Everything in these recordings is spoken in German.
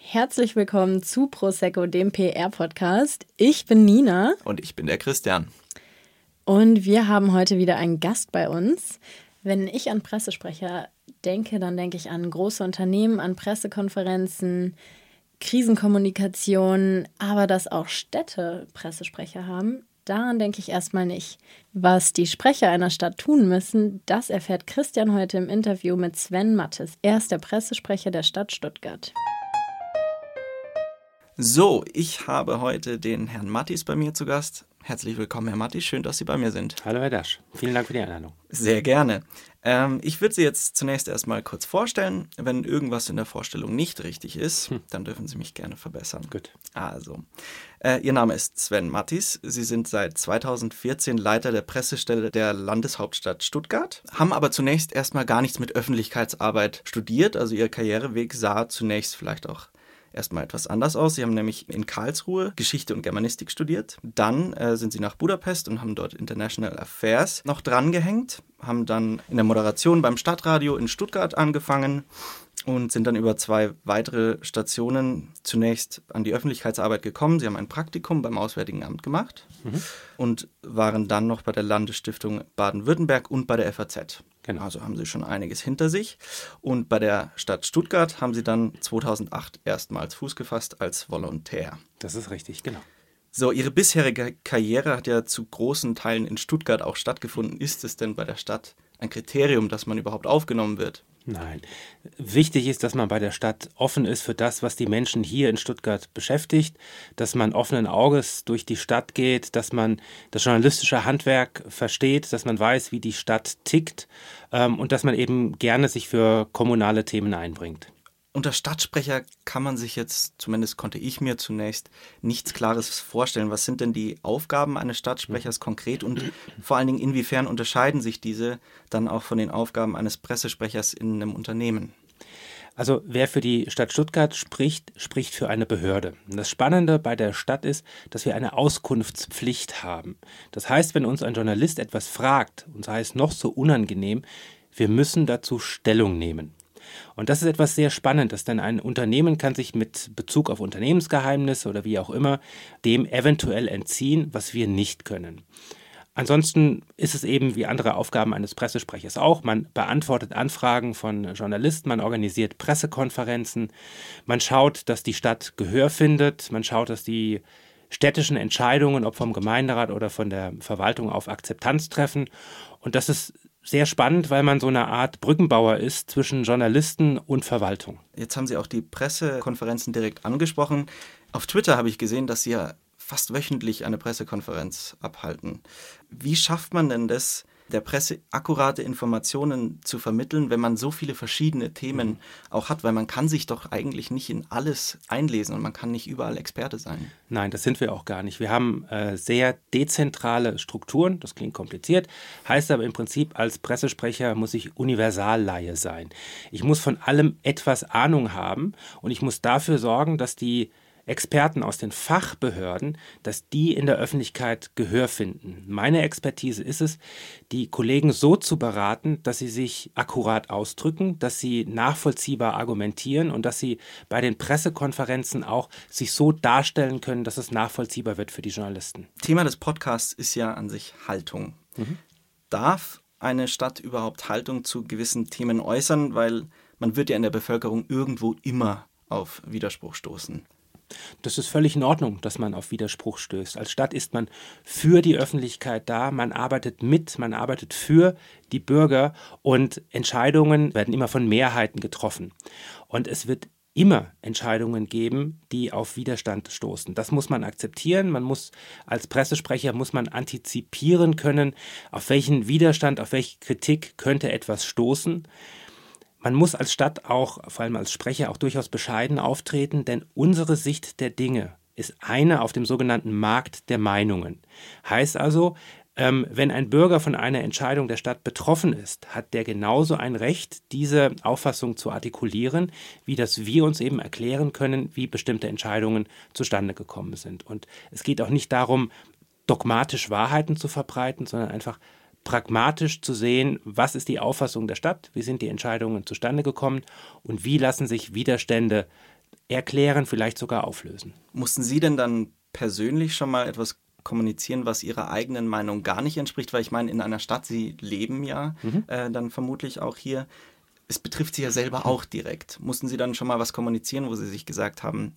Herzlich willkommen zu Prosecco, dem PR-Podcast. Ich bin Nina. Und ich bin der Christian. Und wir haben heute wieder einen Gast bei uns. Wenn ich an Pressesprecher denke, dann denke ich an große Unternehmen, an Pressekonferenzen, Krisenkommunikation, aber dass auch Städte Pressesprecher haben, daran denke ich erstmal nicht. Was die Sprecher einer Stadt tun müssen, das erfährt Christian heute im Interview mit Sven Mattis. Er ist der Pressesprecher der Stadt Stuttgart. So, ich habe heute den Herrn Mattis bei mir zu Gast. Herzlich willkommen, Herr Mattis. Schön, dass Sie bei mir sind. Hallo, Herr Dasch. Vielen Dank für die Einladung. Sehr gerne. Ich würde Sie jetzt zunächst erstmal kurz vorstellen. Wenn irgendwas in der Vorstellung nicht richtig ist, dann dürfen Sie mich gerne verbessern. Gut. Also, Ihr Name ist Sven Mattis. Sie sind seit 2014 Leiter der Pressestelle der Landeshauptstadt Stuttgart, haben aber zunächst erstmal gar nichts mit Öffentlichkeitsarbeit studiert. Also Ihr Karriereweg sah zunächst vielleicht auch erstmal etwas anders aus. Sie haben nämlich in Karlsruhe Geschichte und Germanistik studiert. Dann sind sie nach Budapest und haben dort International Affairs noch drangehängt, haben dann in der Moderation beim Stadtradio in Stuttgart angefangen und sind dann über 2 weitere Stationen zunächst an die Öffentlichkeitsarbeit gekommen. Sie haben ein Praktikum beim Auswärtigen Amt gemacht und waren dann noch bei der Landesstiftung Baden-Württemberg und bei der FAZ. Genau. Also haben sie schon einiges hinter sich. Und bei der Stadt Stuttgart haben sie dann 2008 erstmals Fuß gefasst als Volontär. Das ist richtig, genau. So, Ihre bisherige Karriere hat ja zu großen Teilen in Stuttgart auch stattgefunden. Ist es denn bei der Stadt ein Kriterium, dass man überhaupt aufgenommen wird? Nein. Wichtig ist, dass man bei der Stadt offen ist für das, was die Menschen hier in Stuttgart beschäftigt, dass man offenen Auges durch die Stadt geht, dass man das journalistische Handwerk versteht, dass man weiß, wie die Stadt tickt und dass man eben gerne sich für kommunale Themen einbringt. Unter Stadtsprecher kann man sich jetzt, zumindest konnte ich mir zunächst, nichts Klares vorstellen. Was sind denn die Aufgaben eines Stadtsprechers konkret und vor allen Dingen inwiefern unterscheiden sich diese dann auch von den Aufgaben eines Pressesprechers in einem Unternehmen? Also wer für die Stadt Stuttgart spricht, spricht für eine Behörde. Und das Spannende bei der Stadt ist, dass wir eine Auskunftspflicht haben. Das heißt, wenn uns ein Journalist etwas fragt, und sei es noch so unangenehm, wir müssen dazu Stellung nehmen. Und das ist etwas sehr Spannendes, denn ein Unternehmen kann sich mit Bezug auf Unternehmensgeheimnisse oder wie auch immer dem eventuell entziehen, was wir nicht können. Ansonsten ist es eben wie andere Aufgaben eines Pressesprechers auch. Man beantwortet Anfragen von Journalisten, man organisiert Pressekonferenzen, man schaut, dass die Stadt Gehör findet, man schaut, dass die städtischen Entscheidungen, ob vom Gemeinderat oder von der Verwaltung, auf Akzeptanz treffen. Und das ist sehr spannend, weil man so eine Art Brückenbauer ist zwischen Journalisten und Verwaltung. Jetzt haben Sie auch die Pressekonferenzen direkt angesprochen. Auf Twitter habe ich gesehen, dass Sie ja fast wöchentlich eine Pressekonferenz abhalten. Wie schafft man denn das, der Presse akkurate Informationen zu vermitteln, wenn man so viele verschiedene Themen auch hat? Weil man kann sich doch eigentlich nicht in alles einlesen und man kann nicht überall Experte sein. Nein, das sind wir auch gar nicht. Wir haben sehr dezentrale Strukturen, das klingt kompliziert, heißt aber im Prinzip, als Pressesprecher muss ich Universalleihe sein. Ich muss von allem etwas Ahnung haben und ich muss dafür sorgen, dass die Experten aus den Fachbehörden, dass die in der Öffentlichkeit Gehör finden. Meine Expertise ist es, die Kollegen so zu beraten, dass sie sich akkurat ausdrücken, dass sie nachvollziehbar argumentieren und dass sie bei den Pressekonferenzen auch sich so darstellen können, dass es nachvollziehbar wird für die Journalisten. Thema des Podcasts ist ja an sich Haltung. Darf eine Stadt überhaupt Haltung zu gewissen Themen äußern? Weil man wird ja in der Bevölkerung irgendwo immer auf Widerspruch stoßen. Das ist völlig in Ordnung, dass man auf Widerspruch stößt. Als Stadt ist man für die Öffentlichkeit da, man arbeitet mit, man arbeitet für die Bürger und Entscheidungen werden immer von Mehrheiten getroffen. Und es wird immer Entscheidungen geben, die auf Widerstand stoßen. Das muss man akzeptieren. Man muss als Pressesprecher antizipieren können, auf welchen Widerstand, auf welche Kritik könnte etwas stoßen. Man muss als Stadt auch, vor allem als Sprecher, auch durchaus bescheiden auftreten, denn unsere Sicht der Dinge ist eine auf dem sogenannten Markt der Meinungen. Heißt also, wenn ein Bürger von einer Entscheidung der Stadt betroffen ist, hat der genauso ein Recht, diese Auffassung zu artikulieren, wie dass wir uns eben erklären können, wie bestimmte Entscheidungen zustande gekommen sind. Und es geht auch nicht darum, dogmatisch Wahrheiten zu verbreiten, sondern einfach pragmatisch zu sehen, was ist die Auffassung der Stadt, wie sind die Entscheidungen zustande gekommen und wie lassen sich Widerstände erklären, vielleicht sogar auflösen. Mussten Sie denn dann persönlich schon mal etwas kommunizieren, was Ihrer eigenen Meinung gar nicht entspricht? Weil ich meine, in einer Stadt, Sie leben ja dann vermutlich auch hier. Es betrifft Sie ja selber auch direkt. Mussten Sie dann schon mal was kommunizieren, wo Sie sich gesagt haben,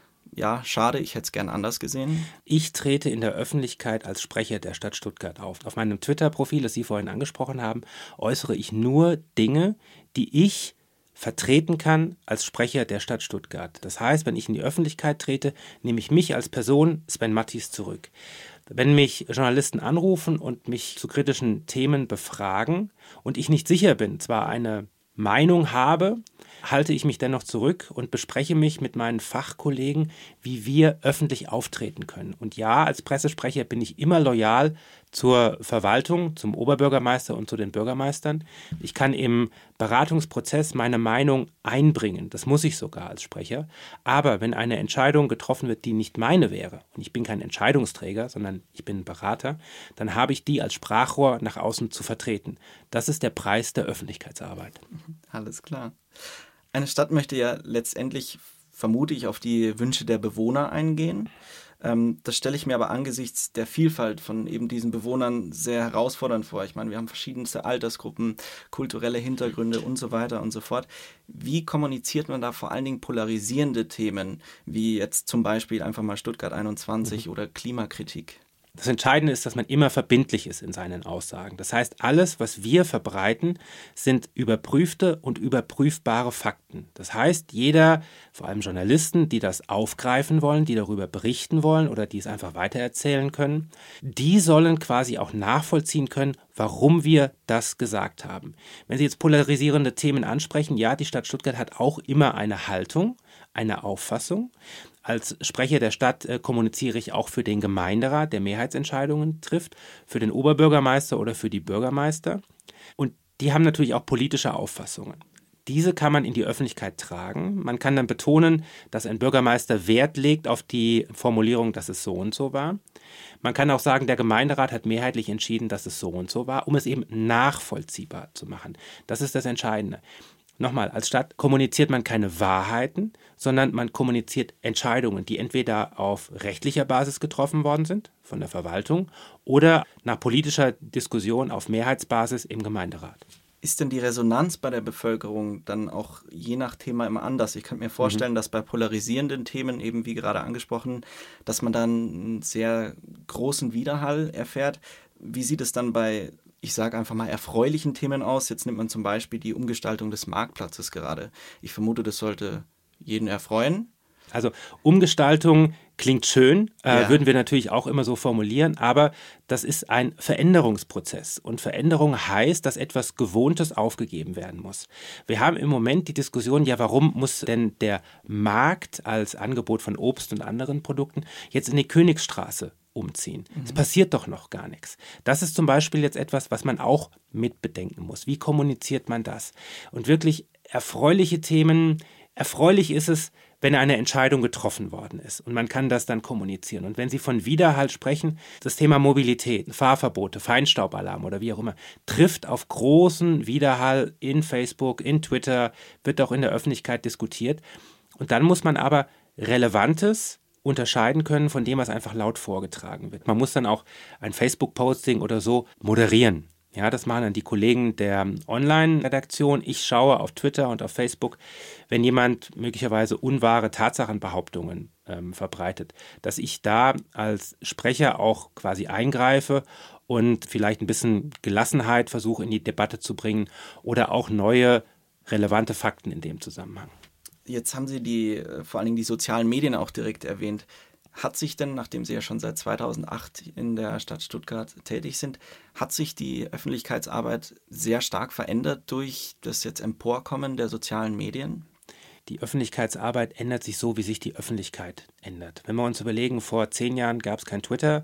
ja, schade, ich hätte es gern anders gesehen? Ich trete in der Öffentlichkeit als Sprecher der Stadt Stuttgart auf. Auf meinem Twitter-Profil, das Sie vorhin angesprochen haben, äußere ich nur Dinge, die ich vertreten kann als Sprecher der Stadt Stuttgart. Das heißt, wenn ich in die Öffentlichkeit trete, nehme ich mich als Person, Sven Matthys, zurück. Wenn mich Journalisten anrufen und mich zu kritischen Themen befragen und ich nicht sicher bin, zwar eine Meinung habe, halte ich mich dennoch zurück und bespreche mich mit meinen Fachkollegen, wie wir öffentlich auftreten können. Und ja, als Pressesprecher bin ich immer loyal zur Verwaltung, zum Oberbürgermeister und zu den Bürgermeistern. Ich kann im Beratungsprozess meine Meinung einbringen. Das muss ich sogar als Sprecher. Aber wenn eine Entscheidung getroffen wird, die nicht meine wäre, und ich bin kein Entscheidungsträger, sondern ich bin ein Berater, dann habe ich die als Sprachrohr nach außen zu vertreten. Das ist der Preis der Öffentlichkeitsarbeit. Alles klar. Eine Stadt möchte ja letztendlich, vermute ich, auf die Wünsche der Bewohner eingehen. Das stelle ich mir aber angesichts der Vielfalt von eben diesen Bewohnern sehr herausfordernd vor. Ich meine, wir haben verschiedenste Altersgruppen, kulturelle Hintergründe und so weiter und so fort. Wie kommuniziert man da vor allen Dingen polarisierende Themen, wie jetzt zum Beispiel einfach mal Stuttgart 21 oder Klimakritik? Das Entscheidende ist, dass man immer verbindlich ist in seinen Aussagen. Das heißt, alles, was wir verbreiten, sind überprüfte und überprüfbare Fakten. Das heißt, jeder, vor allem Journalisten, die das aufgreifen wollen, die darüber berichten wollen oder die es einfach weitererzählen können, die sollen quasi auch nachvollziehen können, warum wir das gesagt haben. Wenn Sie jetzt polarisierende Themen ansprechen, ja, die Stadt Stuttgart hat auch immer eine Haltung, eine Auffassung. Als Sprecher der Stadt kommuniziere ich auch für den Gemeinderat, der Mehrheitsentscheidungen trifft, für den Oberbürgermeister oder für die Bürgermeister. Und die haben natürlich auch politische Auffassungen. Diese kann man in die Öffentlichkeit tragen. Man kann dann betonen, dass ein Bürgermeister Wert legt auf die Formulierung, dass es so und so war. Man kann auch sagen, der Gemeinderat hat mehrheitlich entschieden, dass es so und so war, um es eben nachvollziehbar zu machen. Das ist das Entscheidende. Nochmal, als Stadt kommuniziert man keine Wahrheiten, sondern man kommuniziert Entscheidungen, die entweder auf rechtlicher Basis getroffen worden sind, von der Verwaltung, oder nach politischer Diskussion auf Mehrheitsbasis im Gemeinderat. Ist denn die Resonanz bei der Bevölkerung dann auch je nach Thema immer anders? Ich könnte mir vorstellen, dass bei polarisierenden Themen, eben wie gerade angesprochen, dass man dann einen sehr großen Widerhall erfährt. Wie sieht es dann bei, ich sage einfach mal, erfreulichen Themen aus? Jetzt nimmt man zum Beispiel die Umgestaltung des Marktplatzes gerade. Ich vermute, das sollte jeden erfreuen. Also Umgestaltung klingt schön, würden wir natürlich auch immer so formulieren, aber das ist ein Veränderungsprozess. Und Veränderung heißt, dass etwas Gewohntes aufgegeben werden muss. Wir haben im Moment die Diskussion, ja, warum muss denn der Markt als Angebot von Obst und anderen Produkten jetzt in die Königsstraße umziehen? Es passiert doch noch gar nichts. Das ist zum Beispiel jetzt etwas, was man auch mitbedenken muss. Wie kommuniziert man das? Und wirklich erfreuliche Themen, erfreulich ist es, wenn eine Entscheidung getroffen worden ist und man kann das dann kommunizieren. Und wenn Sie von Widerhall sprechen, das Thema Mobilität, Fahrverbote, Feinstaubalarm oder wie auch immer, trifft auf großen Widerhall in Facebook, in Twitter, wird auch in der Öffentlichkeit diskutiert. Und dann muss man aber Relevantes unterscheiden können von dem, was einfach laut vorgetragen wird. Man muss dann auch ein Facebook-Posting oder so moderieren. Ja, das machen dann die Kollegen der Online-Redaktion. Ich schaue auf Twitter und auf Facebook, wenn jemand möglicherweise unwahre Tatsachenbehauptungen verbreitet, dass ich da als Sprecher auch quasi eingreife und vielleicht ein bisschen Gelassenheit versuche in die Debatte zu bringen oder auch neue relevante Fakten in dem Zusammenhang. Jetzt haben Sie vor allen Dingen die sozialen Medien auch direkt erwähnt. Hat sich denn, nachdem Sie ja schon seit 2008 in der Stadt Stuttgart tätig sind, hat sich die Öffentlichkeitsarbeit sehr stark verändert durch das jetzt Emporkommen der sozialen Medien? Die Öffentlichkeitsarbeit ändert sich so, wie sich die Öffentlichkeit ändert. Wenn wir uns überlegen, vor 10 Jahren gab es kein Twitter,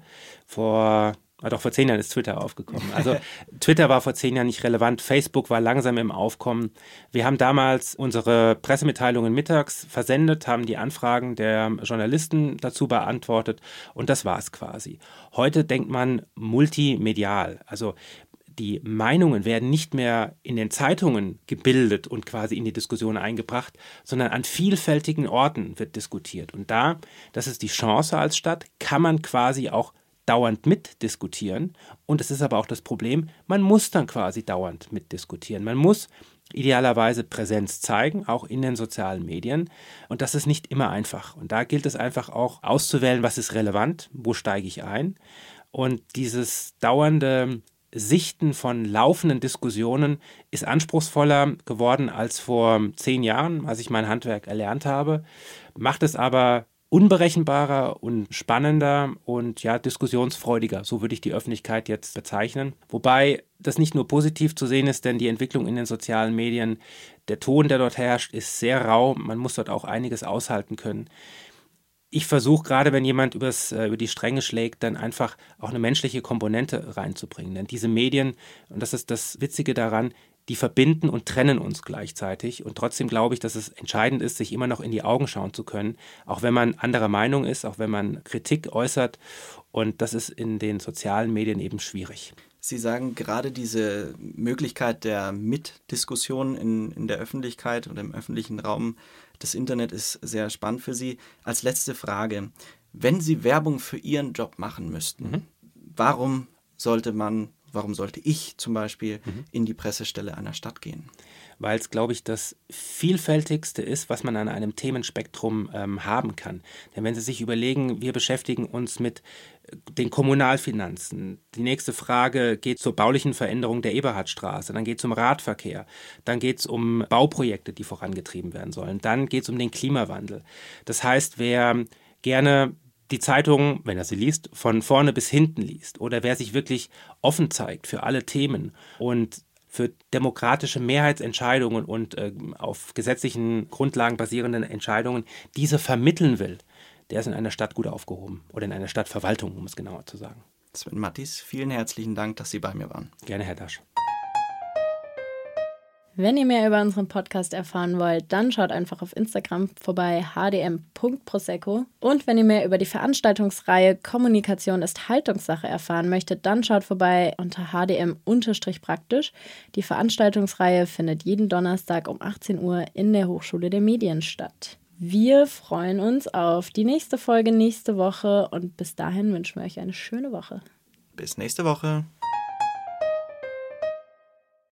vor 10 Jahren ist Twitter aufgekommen. Also Twitter war vor 10 Jahren nicht relevant, Facebook war langsam im Aufkommen. Wir haben damals unsere Pressemitteilungen mittags versendet, haben die Anfragen der Journalisten dazu beantwortet und das war es quasi. Heute denkt man multimedial. Also Die Meinungen werden nicht mehr in den Zeitungen gebildet und quasi in die Diskussion eingebracht, sondern an vielfältigen Orten wird diskutiert. Und das ist die Chance als Stadt, kann man quasi auch dauernd mitdiskutieren. Und es ist aber auch das Problem, man muss dann quasi dauernd mitdiskutieren. Man muss idealerweise Präsenz zeigen, auch in den sozialen Medien. Und das ist nicht immer einfach. Und da gilt es einfach auch auszuwählen, was ist relevant, wo steige ich ein. Und dieses dauernde Sichten von laufenden Diskussionen ist anspruchsvoller geworden als vor 10 Jahren, als ich mein Handwerk erlernt habe, macht es aber unberechenbarer und spannender und ja, diskussionsfreudiger. So würde ich die Öffentlichkeit jetzt bezeichnen. Wobei das nicht nur positiv zu sehen ist, denn die Entwicklung in den sozialen Medien, der Ton, der dort herrscht, ist sehr rau. Man muss dort auch einiges aushalten können. Ich versuche gerade, wenn jemand über die Stränge schlägt, dann einfach auch eine menschliche Komponente reinzubringen. Denn diese Medien, und das ist das Witzige daran, die verbinden und trennen uns gleichzeitig. Und trotzdem glaube ich, dass es entscheidend ist, sich immer noch in die Augen schauen zu können, auch wenn man anderer Meinung ist, auch wenn man Kritik äußert. Und das ist in den sozialen Medien eben schwierig. Sie sagen gerade diese Möglichkeit der Mitdiskussion in der Öffentlichkeit und im öffentlichen Raum, das Internet ist sehr spannend für Sie. Als letzte Frage, wenn Sie Werbung für Ihren Job machen müssten, warum sollte ich zum Beispiel in die Pressestelle einer Stadt gehen? Weil es, glaube ich, das Vielfältigste ist, was man an einem Themenspektrum haben kann. Denn wenn Sie sich überlegen, wir beschäftigen uns mit den Kommunalfinanzen. Die nächste Frage geht zur baulichen Veränderung der Eberhardstraße. Dann geht es um Radverkehr. Dann geht es um Bauprojekte, die vorangetrieben werden sollen. Dann geht es um den Klimawandel. Das heißt, wer gerne die Zeitung, wenn er sie liest, von vorne bis hinten liest oder wer sich wirklich offen zeigt für alle Themen und für demokratische Mehrheitsentscheidungen und auf gesetzlichen Grundlagen basierenden Entscheidungen diese vermitteln will, der ist in einer Stadt gut aufgehoben oder in einer Stadtverwaltung, um es genauer zu sagen. Sven Mattis, vielen herzlichen Dank, dass Sie bei mir waren. Gerne, Herr Dasch. Wenn ihr mehr über unseren Podcast erfahren wollt, dann schaut einfach auf Instagram vorbei, hdm.prosecco. Und wenn ihr mehr über die Veranstaltungsreihe Kommunikation ist Haltungssache erfahren möchtet, dann schaut vorbei unter hdm_praktisch. Die Veranstaltungsreihe findet jeden Donnerstag um 18 Uhr in der Hochschule der Medien statt. Wir freuen uns auf die nächste Folge nächste Woche und bis dahin wünschen wir euch eine schöne Woche. Bis nächste Woche.